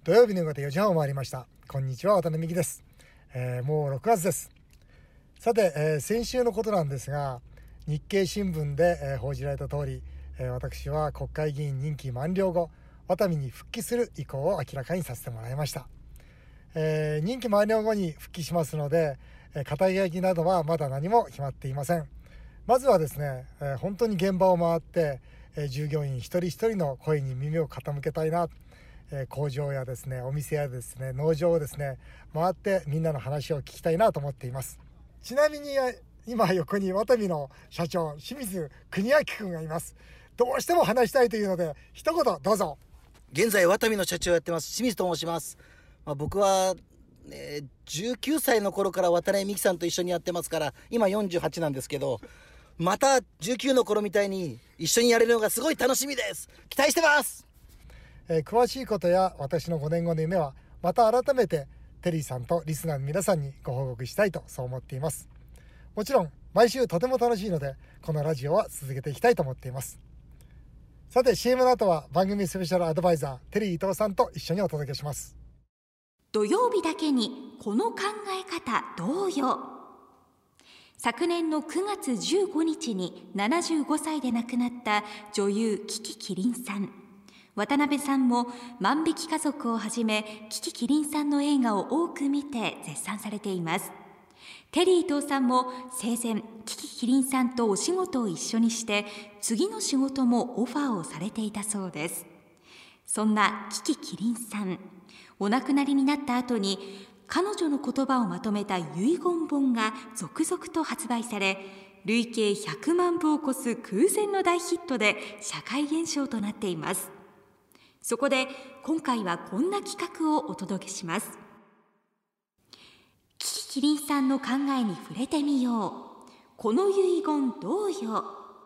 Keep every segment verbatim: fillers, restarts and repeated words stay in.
土曜日の夕方よじはんを回りました。こんにちは、渡辺美希です。えー、もうろくがつです。さて、えー、先週のことなんですが、日経新聞で、えー、報じられた通り、えー、私は国会議員任期満了後、ワタミに復帰する意向を明らかにさせてもらいました。えー、任期満了後に復帰しますので、えー、肩書きなどはまだ何も決まっていません。まずはですね、えー、本当に現場を回って、えー、従業員一人一人の声に耳を傾けたいな。えー、工場やですね、お店やですね、農場をですね、回ってみんなの話を聞きたいなと思っています。ちなみに今横にワタミの社長清水邦明君がいます。どうしても話したいというので一言どうぞ。 現在ワタミの社長をやってます清水と申します。まあ、僕は、ね、じゅうきゅうさいの頃から渡辺美樹さんと一緒にやってますから、今よんじゅうはちなんですけど、またじゅうきゅうの頃みたいに一緒にやれるのがすごい楽しみです。期待してます。 えー、詳しいことや私のごねんごの夢はまた改めてテリーさんとリスナーの皆さんにご報告したいとそう思っています。もちろん毎週とても楽しいのでこのラジオは続けていきたいと思っています。さて シーエム の後は番組スペシャルアドバイザーテリー伊藤さんと一緒にお届けします。 土曜日だけにこの考え方どうよ。昨年のくがつじゅうごにちにななじゅうごさいで亡くなった女優キキキリンさん。渡辺さんも万引き家族をはじめキキキリンさんの映画を多く見て絶賛されています。テリー伊藤さんも生前キキキリンさんとお仕事を一緒にして次の仕事もオファーをされていたそうです。そんなキキキリンさん、お亡くなりになった後に彼女の言葉をまとめた遺言本が続々と発売され、累計ひゃくまんぶを超す空前の大ヒットで社会現象となっています。そこで今回はこんな企画をお届けします。キキキリンさんの考えに触れてみよう。この遺言どうよ。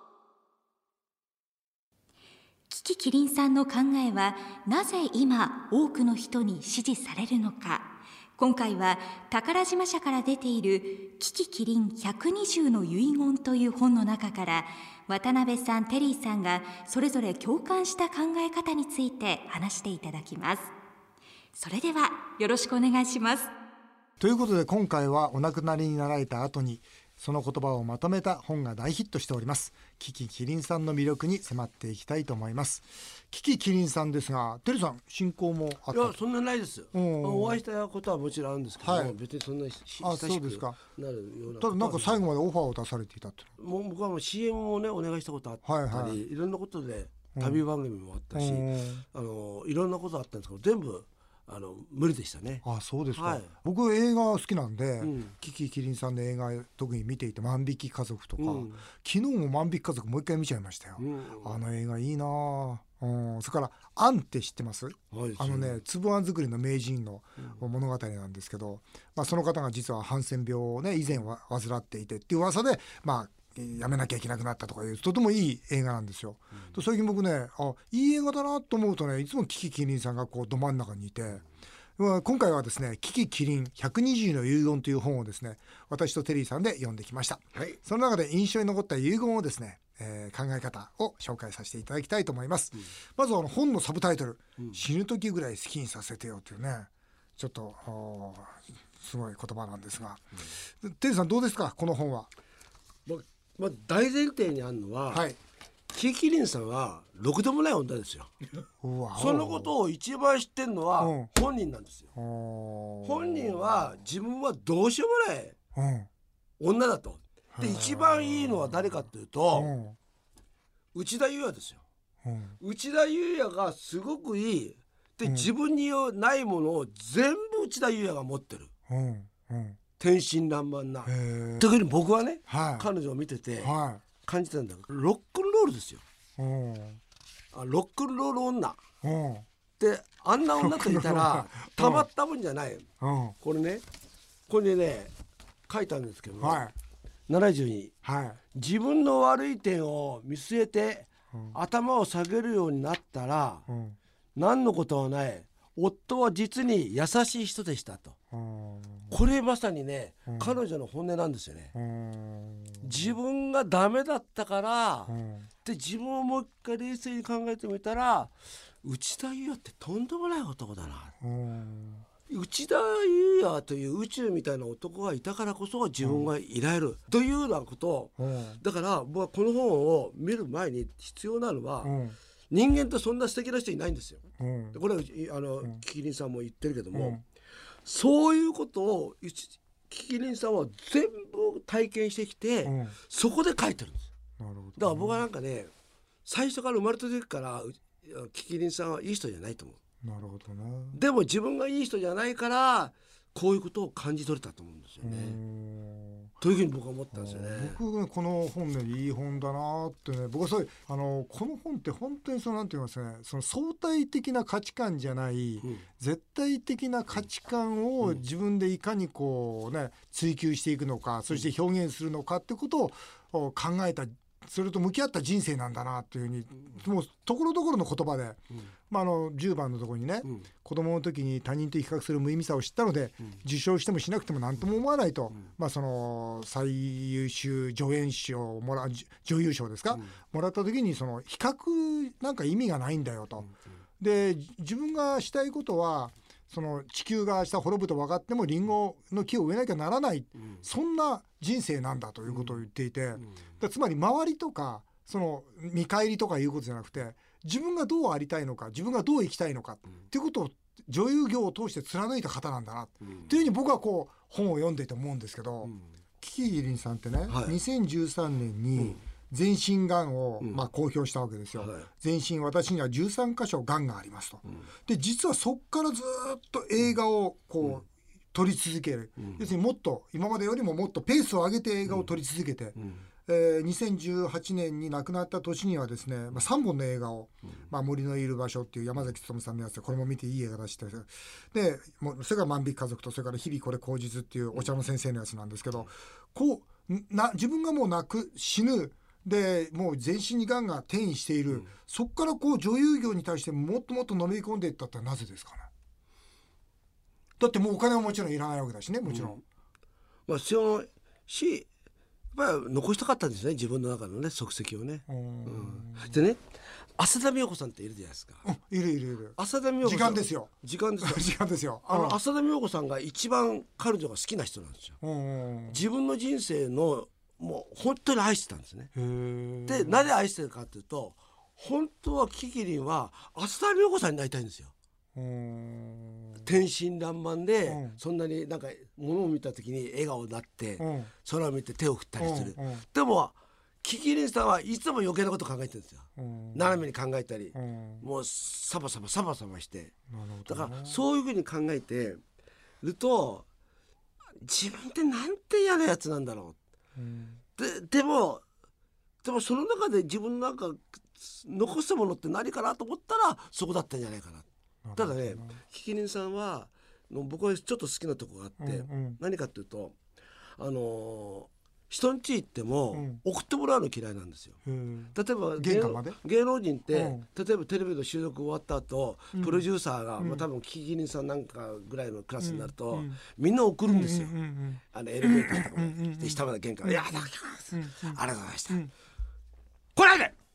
キキキリンさんの考えはなぜ今多くの人に支持されるのか。今回は宝島社から出ているキキキリンひゃくにじゅうの遺言という本の中から渡辺さん、テリーさんがそれぞれ共感した考え方について話していただきます。それではよろしくお願いします。 ということで今回はお亡くなりになられた後にその言葉をまとめた本が大ヒットしております。キキキリンさんの魅力に迫っていきたいと思います。キキキリンさんですが、テリーさん親交もあった？ いやそんなないです。お会いしたことはもちろんあるんですけど、はい、別にそんな親しくなるような。 ただなんか最後までオファーを出されていたと。 もう僕はもう シーエム をねお願いしたことあったり、はいはい、いろんなことで旅番組もあったし、うん、あのいろんなことあったんですけど全部あの無理でしたね。 あ、そうですか、はい、僕映画好きなんで、うん、キキキリンさんの映画特に見ていて万引き家族とか、うん、昨日も万引き家族もう一回見ちゃいましたよ、うん、あの映画いいな、うん、それからアンって知ってます？あのね粒あん作りの名人の物語なんですけど、まあ、その方が実はハンセン病をね以前は患っていてっていう噂でまあやめなきゃいけなくなったとかいうとてもいい映画なんですよ、うん、最近僕ねあいい映画だなと思うとねいつもキキキリンさんがこうど真ん中にいて、うん、今回はですねキキキリンひゃくにじゅうの遺言という本をですね私とテリーさんで読んできました、はい、その中で印象に残った遺言をですね、えー、考え方を紹介させていただきたいと思います、うん、まずあの本のサブタイトル、うん、死ぬ時ぐらい好きにさせてよというねちょっとすごい言葉なんですが、うん、テリーさんどうですかこの本は？ まあ、大前提にあるのは、はい、キキキリンさんはろくでもない女ですよそのことを一番知ってるのは本人なんですよ。本人は自分はどうしようもない女だと。で一番いいのは誰かというと内田裕也ですよ。内田裕也がすごくいいで、自分にないものを全部内田裕也が持ってる、天真爛漫な。特に僕はね、はい、彼女を見てて感じてたんだけど、ロックンロールですよ。あロックンロール女で、あんな女といたらたまったもんじゃない。これねこれね書いたんですけど、はい、ななじゅうに、はい、自分の悪い点を見据えて、うん、頭を下げるようになったら、うん、何のことはない。夫は実に優しい人でしたと。これまさにね、うん、彼女の本音なんですよね。自分がダメだったから、うん、で自分をもう一回冷静に考えてみたら内田裕也ってとんでもない男だな、内田裕也という宇宙みたいな男がいたからこそ自分がいられるというようなことを、だから僕はこの本を見る前に必要なのは、人間ってそんな素敵な人いないんですよ、これはあのキキリンさんも言ってるけども、そういうことをキキリンさんは全部体験してきて、そこで書いてるんです。だから僕はなんかね、最初から生まれた時からキキリンさんはいい人じゃないと思う。 なるほどね。 でも自分がいい人じゃないからこういうことを感じ取れたと思うんですよね。というふうに僕は思ったんですよね。 僕ねこの本ねいい本だなってね、僕はそういうあのこの本って本当にそのなんて言いますね、その相対的な価値観じゃない、うん、絶対的な価値観を自分でいかにこうね追求していくのか、そして表現するのかってことを考えた、それと向き合った人生なんだなっていうふうに、もうところどころの言葉で、うんまあ、あのじゅうばんのところにね、うん、子供の時に他人と比較する無意味さを知ったので、うん、受賞してもしなくても何とも思わないと、うんまあ、その最優秀助演賞をもら女優賞ですか、うん、もらった時にその比較なんか意味がないんだよと、うんうん、で自分がしたいことはその地球が明日滅ぶと分かってもリンゴの木を植えなきゃならない、うん、そんな人生なんだということを言っていて、うんうん、だつまり周りとかその見返りとかいうことじゃなくて、自分がどうありたいのか、自分がどう生きたいのかっていうことを女優業を通して貫いた方なんだな、うん、っていうふうに僕はこう本を読んでいて思うんですけど、うん、キキリンさんってね、はい、にせんじゅうさんねんに、うん全身がんを、まあ、公表したわけですよ、うんはい、全身私にはじゅうさんかしょがんがありますと、うん、で実はそっからずっと映画をこう、うん、撮り続ける、うん、要するにもっと今までよりももっとペースを上げて映画を撮り続けて、うんえー、にせんじゅうはちねんに亡くなった年にはですね、まあ、さんぼんの映画を、うんまあ、森のいる場所っていう山崎努さんのやつで、これも見ていい映画だしで、もうそれから万引き家族と、それから日々これ口実っていうお茶の先生のやつなんですけど、こうな自分がもう亡く死ぬでもう全身にがんが転移している、うん、そこからこう女優業に対してもっともっとのめり込んでいったってなぜですかね。だってもうお金はもちろんいらないわけだしね、もちろん、うんまあ、そのしやっぱり残したかったんですね、自分の中のね足跡をね、うん、でね浅田美代子さんっているじゃないですか、 うん、いるいるいる。 浅田美代子さん時間ですよ時間ですよ時間ですよあの浅田美代子さんが一番彼女が好きな人なんですよ。自分の人生のもう本当に愛してたんですね。でなぜ愛してるかというと、本当はキキリンは浅田美代子さんになりたいんですよ。天真爛漫で、うん、そんなになんか物を見た時に笑顔になって、うん、空を見て手を振ったりする、うんうん、でもキキリンさんはいつも余計なこと考えてるんですよ、うん、斜めに考えたり、うん、もうサバサバサバサバして、だからそういうふうに考えてると、自分ってなんて嫌なやつなんだろう、うん、で, でもでもその中で自分なんか残すものって何かなと思ったらそこだったんじゃないかな。ただね、キキリンさんは僕はちょっと好きなとこがあって、うんうん、何かっていうと、あのー、人ん家行っても送ってもらうの嫌いなんですよ、うん、例えば芸能、芸能人って、うん、例えばテレビの収録終わった後、うん、プロデューサーが、うんまあ、多分キキリンさんなんかぐらいのクラスになると、うん、みんな送るんですよ、うんうんうん、あのエレベーターとかで、うんうん、下まで玄関、うん、いやだきます、うんうん、ありがとうございました、うん、来ないで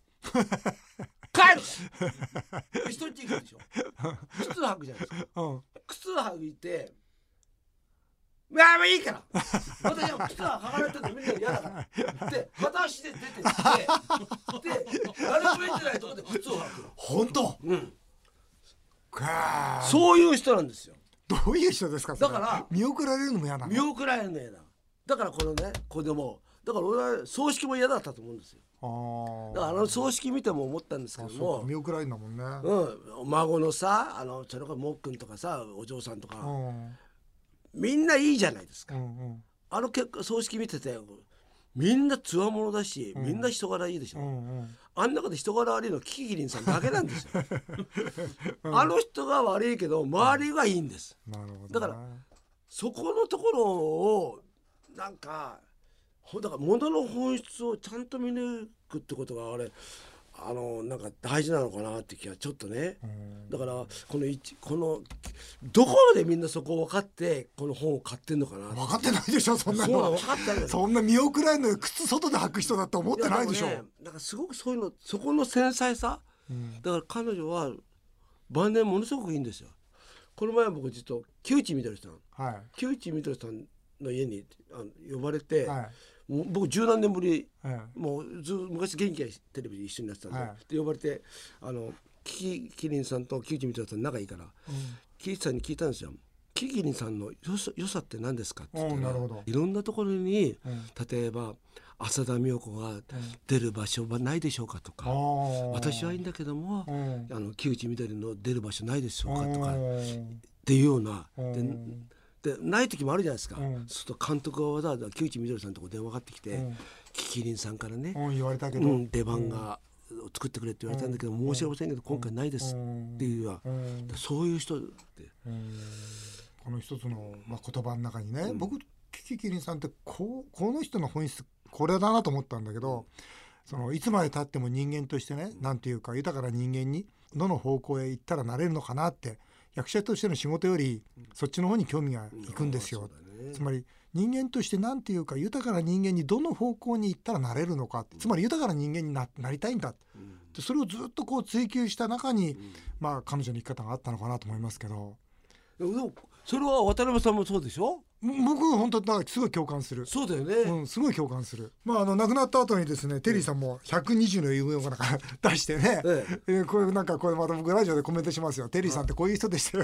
帰る人ん家行くでしょ靴履くじゃないですか、うん、靴履いていやもういいからまたいや靴は履かれてるのみんな嫌だからで片足で出てってで誰も見てないところで靴を履くの。本当、うん、そういう人なんですよ。 どういう人ですか。 だから見送られるのも嫌なの。 見送られるの嫌だ。だからこのね子供だから俺は葬式も嫌だったと思うんですよ。あだからあの葬式見ても思ったんですけども、 見送られるんだもんね、 うん、孫のさあのそれからもっくんとかさお嬢さんとかみんないいじゃないですか、うんうん、あの結葬式見ててみんなつわものだし、うん、みんな人柄いいでしょ、うんうん、あん中で人柄悪いのキキリンさんだけなんですよ、うん、あの人が悪いけど周りがいいんです、うん、なるほどね、だからそこのところをなんかだから物の本質をちゃんと見抜くってことがあれあのなんか大事なのかなって気がちょっとね、だからこの一このどこまでみんなそこを分かってこの本を買ってんのかな。 分かってないでしょそんなの。 分かってない。 そんな見送られるの靴外で履く人だって思ってないでしょ。 だからすごくそういうのそこの繊細さ、うん、だから彼女は晩年ものすごくいいんですよ。この前僕実は木内みどりさん、 はい、 木内みどりさんの家にあの呼ばれて、 はい、 もう僕十何年ぶり、 はい、 もうず昔元気なテレビで一緒になってたんで、はい、で呼ばれてあのキキリンさんと木内みどりさん仲いいから、うん、木内さんに聞いたんですよ。キキリンさんの良さ、良さって何ですかって言ったら、いろんなところに、うん、例えば浅田美代子が出る場所はないでしょうかとか、うん、私はいいんだけども、うん、あの木内みどりの出る場所ないでしょうかとか、っていうような、で, でない時もあるじゃないですか、うん、そうすると監督がわざわざ木内みどりさんのとこ電話がかかってきて、うん、キキリンさんからね、 うん、言われたけど、 うん、出番が、作ってくれって言われたんだけど、うん、申し訳ございませんけど今回ないですっていうような、うん、そういう人って、 うん、この一つの、まあ、言葉の中にね、うん、僕キキリンさんって こ, この人の本質これだなと思ったんだけど、そのいつまで経っても人間としてね、なんていうか豊かな人間にどの方向へ行ったらなれるのかなって、役者としての仕事よりそっちの方に興味がいくんですよ、うん、ね、つまり人間としてなんていうか豊かな人間にどの方向に行ったらなれるのか、つまり豊かな人間に な, なりたいんだ、うん、でそれをずっとこう追求した中に、うん、まあ彼女の生き方があったのかなと思いますけど。 でもそれは渡辺さんもそうでしょ。 僕本当だすごい共感する。 そうだよね、 うん、すごい共感する。まああの亡くなった後にですね、テリーさんもひゃくにじゅうの夢をなんか出してね、えええー、これなんかこれまた僕ラジオでコメントしますよ。テリーさんってこういう人でしたよ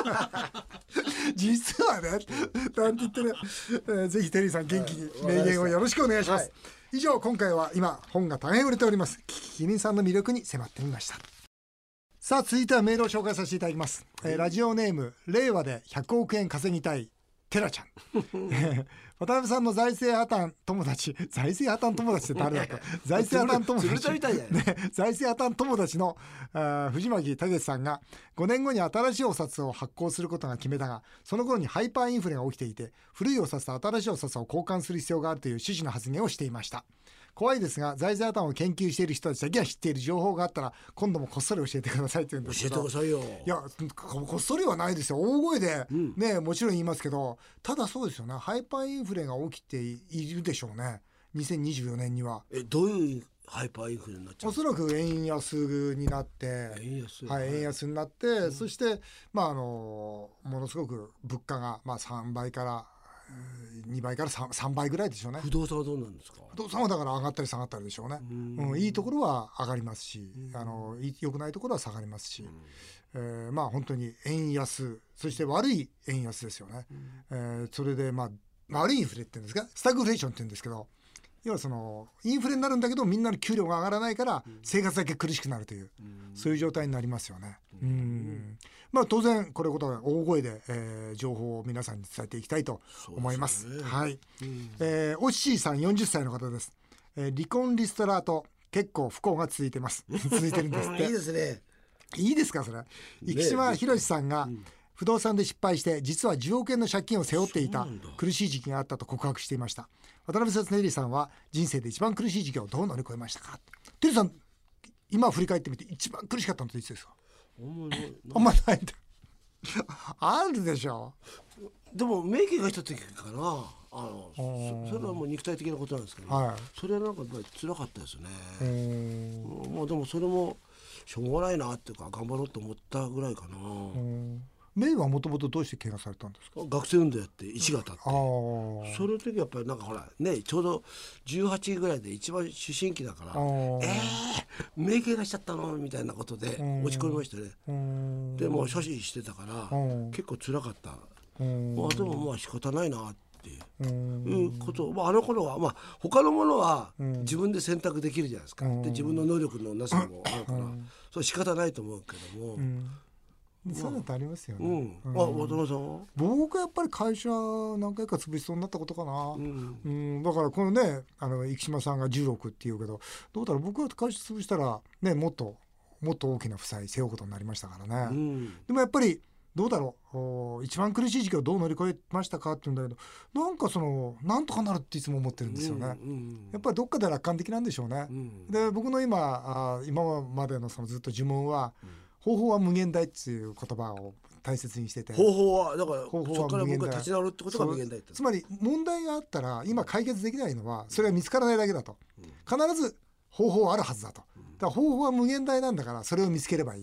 実はねなんて言ってね、えー、ぜひテリーさん元気に名言をよろしくお願いします、はい、以上今回は今本が大変売れておりますキキリンさんの魅力に迫ってみました。さあ続いてはメールを紹介させていただきます、えー、ラジオネーム令和でひゃくおくえん稼ぎたいテラちゃん渡辺さんの財政破綻友達財政破綻友達って誰だった財政破綻友達、ね、財政破綻友達のあ藤巻武さんがごねんごに新しいお札を発行することが決めたが、その頃にハイパーインフレが起きていて古いお札と新しいお札を交換する必要があるという趣旨の発言をしていました。怖いですが財政破綻を研究している人たちだけが知っている情報があったら今度もこっそり教えてくださいって言うんですけど、 教えてくださいよ。 いや こ, こっそりはないですよ。大声で、うん、ねもちろん言いますけど、ただそうですよね、ハイパーインフレが起きているでしょうねにせんにじゅうよねんには。 えどういうハイパーインフレになっちゃう。 おそらく円安になって円安、 はい、円安になって、うん、そしてまああのものすごく物価がまあさんばいからにばいから 3, さんばいぐらいでしょうね。 不動産はどうなんですか。 不動産はだから上がったり下がったりでしょうね。うん、うん、いいところは上がりますし、あの良くないところは下がりますし、えー、まあ本当に円安、そして悪い円安ですよね、えー、それでまあ悪いインフレって言うんですか、スタグフレーションって言うんですけど、要はそのインフレになるんだけどみんなの給料が上がらないから生活だけ苦しくなるという、そういう状態になりますよね。うん、まあ、当然これことは大声で、えー、情報を皆さんに伝えていきたいと思います。はい、えー、オッシーさんよんじゅっさいの方です、えー、離婚リストラート結構不幸が続いてます続いてるんですっていいですね。 いいですかそれ。生島博さんが不動産で失敗して実はじゅうおくえんの借金を背負っていた苦しい時期があったと告白していました。渡辺さんテリーさんは人生で一番苦しい時期をどう乗り越えましたか。テリーさん今振り返ってみて一番苦しかったのっていつですか。あんまないんだあるでしょ。 でも名家がした時かな、あの そ, それはもう肉体的なことなんですけど、はい、それはなんかやっぱり辛かったですよね。まあでもそれもしょうがないなっていうか頑張ろうと思ったぐらいかな。 メイはもともとどうして怪我されたんですか。 学生運動やって石が当たって、その時やっぱりなんかほらねちょうどじゅうはちぐらいで一番思春期だから、えー名怪我しちゃったのみたいなことで落ち込みましたね。でも所持してたから結構辛かった。まあでもまあ仕方ないなっていうこと、まあ、あの頃はまあ他のものは自分で選択できるじゃないですか。で自分の能力のなさもあるからそれ仕方ないと思うけども、 そういうのってありますよね。 うん、あ、渡辺さんは。 僕はやっぱり会社何回か潰しそうになったことかな。うん、うん、だからこのね、あの生島さんがじゅうおくって言うけど、どうだろう僕は会社潰したらねもっともっと大きな負債背負うことになりましたからね。うん、でもやっぱりどうだろう一番苦しい時期をどう乗り越えましたかって言うんだけど、なんかそのなんとかなるっていつも思ってるんですよね。うんうん、やっぱりどっかで楽観的なんでしょうね。うん、で僕の今あ今までのそのずっと呪文は、うん、方法は無限大っていう言葉を大切にしてて、 方法はだからそこから僕が立ち直るってことが無限大って。 つまり問題があったら今解決できないのはそれは見つからないだけだと、必ず方法はあるはずだと。だから方法は無限大なんだからそれを見つければいい。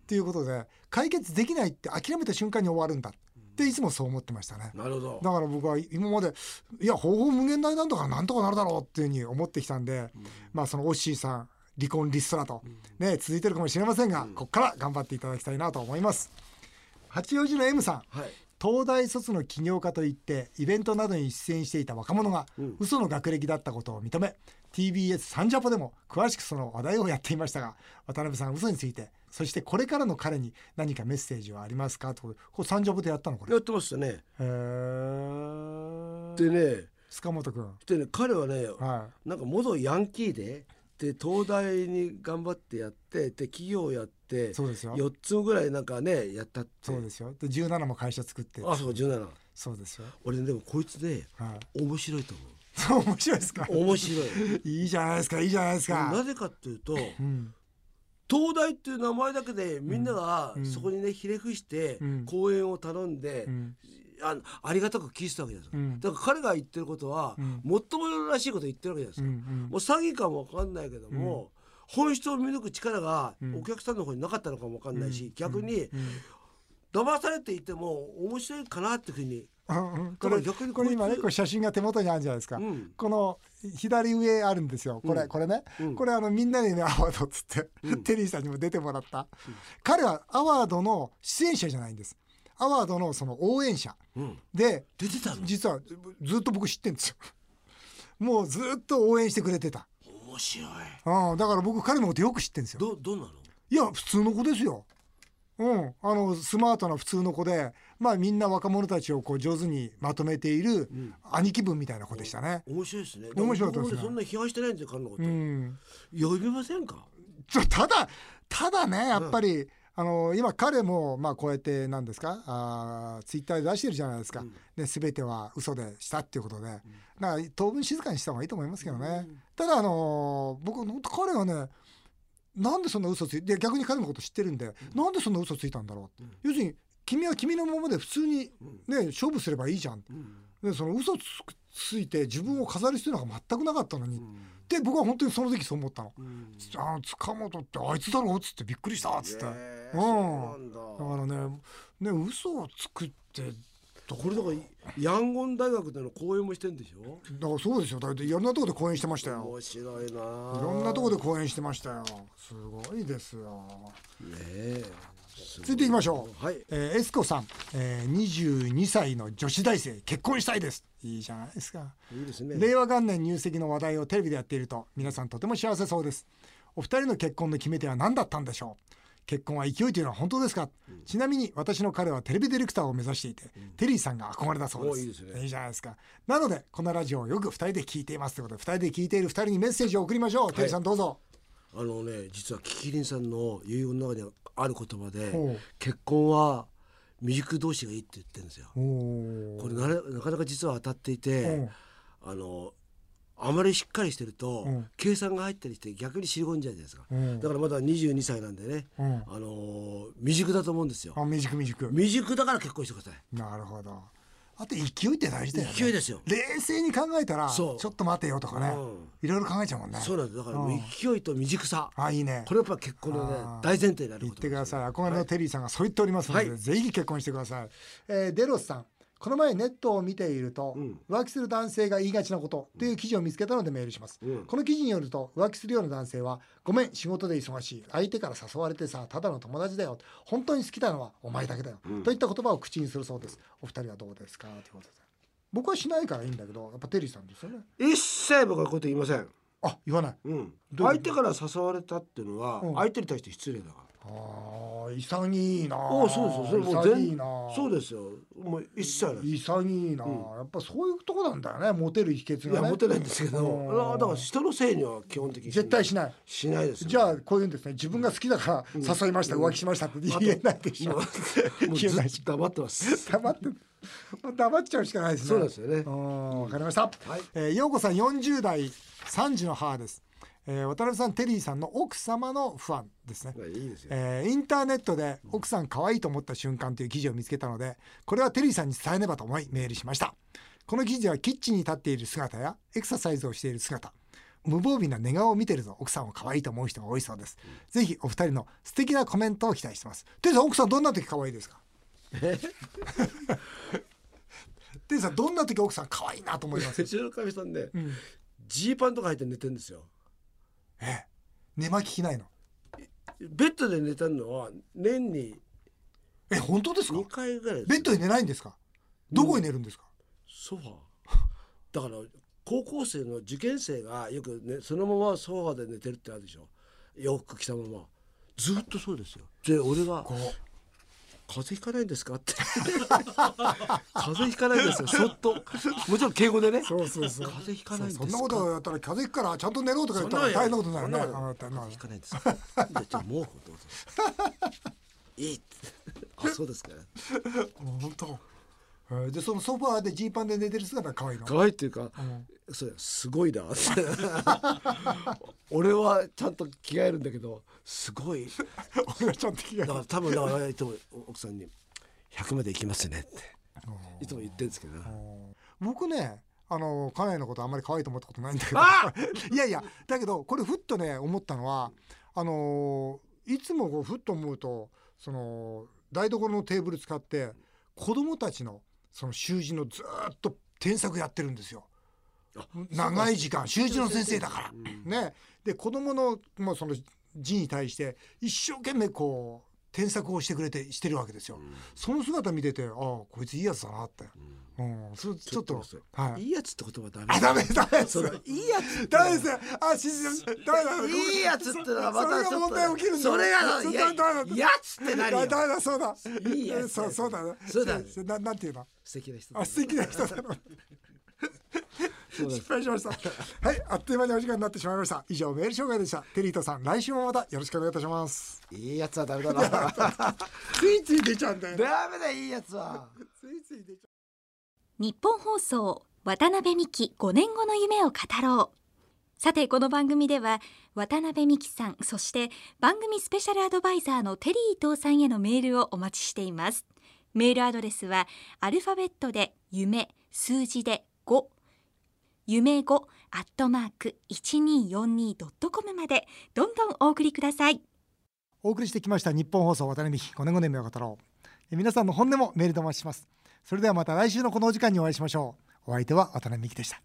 っていうことで解決できないって諦めた瞬間に終わるんだっていつもそう思ってましたね。 なるほど。 だから僕は今までいや方法無限大なんとかなんとかなるだろうっていうふうに思ってきたんで、うん、まあそのオッシーさん離婚リストラと、うん、ね続いてるかもしれませんが、うん、ここから頑張っていただきたいなと思います。八王子の M さん、はい、東大卒の起業家といってイベントなどに出演していた若者が、うん、嘘の学歴だったことを認め ティービーエス サンジャポでも詳しくその話題をやっていましたが、渡辺さん嘘についてそしてこれからの彼に何かメッセージはありますかと。これサンジャポでやったのこれやってましたね。へーでね塚本君でね彼はね、はい、なんか元ヤンキーでで東大に頑張ってやってで企業やってそうですよよっつぐらいなんかねやったって。 そうですよ。でじゅうななも会社作ってあそうじゅうななそうですよ。 俺でもこいつね、はい、面白いと思う。 そう面白いですか。 面白いいいじゃないですかいいじゃないですか。 なぜかっていうと、うん、東大っていう名前だけでみんながそこにねひれ伏して講演を頼んで、うん、あ, ありがたく聞いてたわけです、うん、だから彼が言ってることは、うん、もっともらしいこと言ってるわけですよ、うんうん、もう詐欺かも分かんないけども、うん、本質を見抜く力がお客さんの方になかったのかも分かんないし、うん、逆に、うん、騙されていても面白いかなっていうふうにこれ逆にこれ今ねこれ写真が手元にあるじゃないですか、うん、この左上あるんですよこれ、うん、これね、うん、これあのみんなにねアワードっつって、うん、テリーさんにも出てもらった、うん、彼はアワードの出演者じゃないんです。アワードのその応援者、うん、で出てたの。 実はずっと僕知ってるんですよもうずっと応援してくれてた。 面白い。 ああだから僕彼のことよく知ってるんですよ。 ど, どうなの。 いや普通の子ですよ。うん、あのスマートな普通の子で、まあ、みんな若者たちをこう上手にまとめている兄貴分みたいな子でしたね、 うん、面白いですね。 面白かったですね。 そんな批判してないんですよ彼のこと、うん、呼びませんか。 ただただねやっぱり、うん、あの今彼もまあこうやって何ですかあツイッターで出してるじゃないですか、うん、で全ては嘘でしたっていうことで、うん、だから当分静かにした方がいいと思いますけどね、うん、ただあの僕彼はねなんでそんな嘘ついて逆に彼のこと知ってるんで、うん、なんでそんな嘘ついたんだろう、うん、要するに君は君のままで普通に、ね、勝負すればいいじゃん、うん、でその嘘つ, ついて自分を飾る必要なんか全くなかったのに、うん、で僕は本当にその時そう思ったの、うん、あ塚本ってあいつだろうっつってびっくりしたっつって、えー、うん、だからねね嘘を作ってこれだからヤンゴン大学での講演もしてんでしょ。 だからそうですよ。だいろんなところで講演してましたよ。 面白いな。いろんなところで講演してましたよ。すごいですよ。ねえ。続いていきましょう。はい。えー、エスコさん、えー、にじゅうにさいの女子大生結婚したいです。いいじゃないですか。 いいですね。 令和元年入籍の話題をテレビでやっていると皆さんとても幸せそうです。お二人の結婚の決め手は何だったんでしょう。結婚は勢いというのは本当ですか、うん、ちなみに私の彼はテレビディレクターを目指していて、うん、テリーさんが憧れだそうです。 いいですね。 いいじゃないですか。なのでこのラジオをよくふたりで聞いていますということでふたりで聞いているふたりにメッセージを送りましょう、はい、テリーさんどうぞ。 あのね実はキキリンさんの遺言の中にある言葉で結婚は未熟同士がいいって言ってるんですよ。これ な, なかなか実は当たっていてあのあまりしっかりしてると、うん、計算が入ったりして逆に尻込んじゃうじゃないですか、うん、だからまだにじゅうにさいなんでね、うん、あのー、未熟だと思うんですよ。 あ未熟未熟未熟だから結婚してください。 なるほど。あと勢いって大事だよね。 勢いですよ。 冷静に考えたらちょっと待てよとかね、うん、いろいろ考えちゃうもんね。 そうなんです。だから勢いと未熟さ、 あいいね。 これやっぱ結婚のね大前提になること。 言ってください。憧れのテリーさんがそう言っておりますので、はい、ぜひ結婚してください。えー、デロスさん、この前ネットを見ていると、うん、浮気する男性が言いがちなことという記事を見つけたのでメールします、うん、この記事によると浮気するような男性はごめん仕事で忙しい相手から誘われてさただの友達だよ本当に好きなのはお前だけだよ、うん、といった言葉を口にするそうです。お二人はどうですかということで僕はしないからいいんだけどやっぱテリーさんですよね。 一切僕はこういうこと言いません。 あ言わない、 うん、相手から誘われたっていうのは、うん、相手に対して失礼だから。 ああ潔いな。 あそうですよ。それもう全いな。そうですよ。もう一切ない。 潔いな、うん、やっぱそういうとこなんだよね。モテる秘訣がね。 いやモテないんですけど、だから人のせいには基本的に絶対しない。 しないですよ、ね。 じゃあこういうんですね。自分が好きだから誘いました、うん、浮気しましたって言えないでしょ。もうずっと黙ってます。 黙って黙っちゃうしかないですね。 そうですよね。 わかりました。はい、えー、陽子さんよんじゅうだいさんじの母です。えー、渡辺さんテリーさんの奥様のファンですね。 いいですよ。 えー、インターネットで奥さん可愛いと思った瞬間という記事を見つけたのでこれはテリーさんに伝えねばと思いメールしました。この記事はキッチンに立っている姿やエクササイズをしている姿無防備な寝顔を見てると奥さんを可愛いと思う人が多いそうです、うん、ぜひお二人の素敵なコメントを期待してます。テリーさん、奥さんどんな時可愛いですか？えテリーさん、どんな時奥さん可愛いなと思います？ うちのかみさんね、ジ、ー、パンとか入って寝てるんですよ。 え寝巻き着ないの？ ベッドで寝てるのは年にえ本当ですか？ にかいぐらいです。 ベッドに寝ないんですか？どこに寝るんですか？ ソファーだから高校生の受験生がよく、ね、そのままソファーで寝てるってあるでしょ。洋服着たままずっとそうですよ。で俺が風邪ひかないんですかって風邪ひかないんですよ。そっともちろん敬語でね。 そうそうそう。 風邪ひかないんですか。 そんなことやったら風邪ひくからちゃんと寝ろとか言ったら大変なことになるね。 風邪ひかないんですか。じゃあ毛布どうぞいいってあそうですか。 本当。でそのソファーでジーパンで寝てる姿が可愛いの？ 可愛いっていうか、うん、それすごいな俺はちゃんと着替えるんだけどすごい俺はちゃんと着替える。 だから多分だからいつも奥さんにひゃくまで行きますねっていつも言ってるんですけど、 僕ねあの家内のことあんまり可愛いと思ったことないんだけどいやいやだけどこれふっとね思ったのはあのいつもこうふっと思うとその台所のテーブル使って子供たちのその習字のずっと添削やってるんですよ。長い時間習字の先生だから、うん、ね。で子供のもうその字に対して一生懸命こう添削をしてくれてしてるわけですよ、うん、その姿見ててああこいついいやつだなって、うんうん、そちょっとはい、いいやつって言葉ダメあダメダメそのいいやつダメですよあ信じダメだいいやつってのはまたちょっとそれが問題起きるんだそれがいやつって何よダメだそうだいいやつそうそうだそうだななんていうの素敵な人あ素敵な人だ失敗しましたはいあっという間にお時間になってしまいました。以上メール紹介でした。テリーとさん来週もまたよろしくお願いいたします。 いいやつはダメだなついつい出ちゃうんだよダメだいいやつはついつい出ちゃう。 日本放送渡辺美希ごねんごの夢を語ろう。さてこの番組では渡辺美希さんそして番組スペシャルアドバイザーのテリー伊藤さんへのメールをお待ちしています。メールアドレスはアルファベットで夢数字でご夢ごアットマーク いちにーよんにードットコム までどんどんお送りください。 お送りしてきました日本放送渡辺美希ごねんごの夢を語ろう。皆さんの本音もメールでお待ちします。それではまた来週のこのお時間にお会いしましょう。お相手は渡辺美希でした。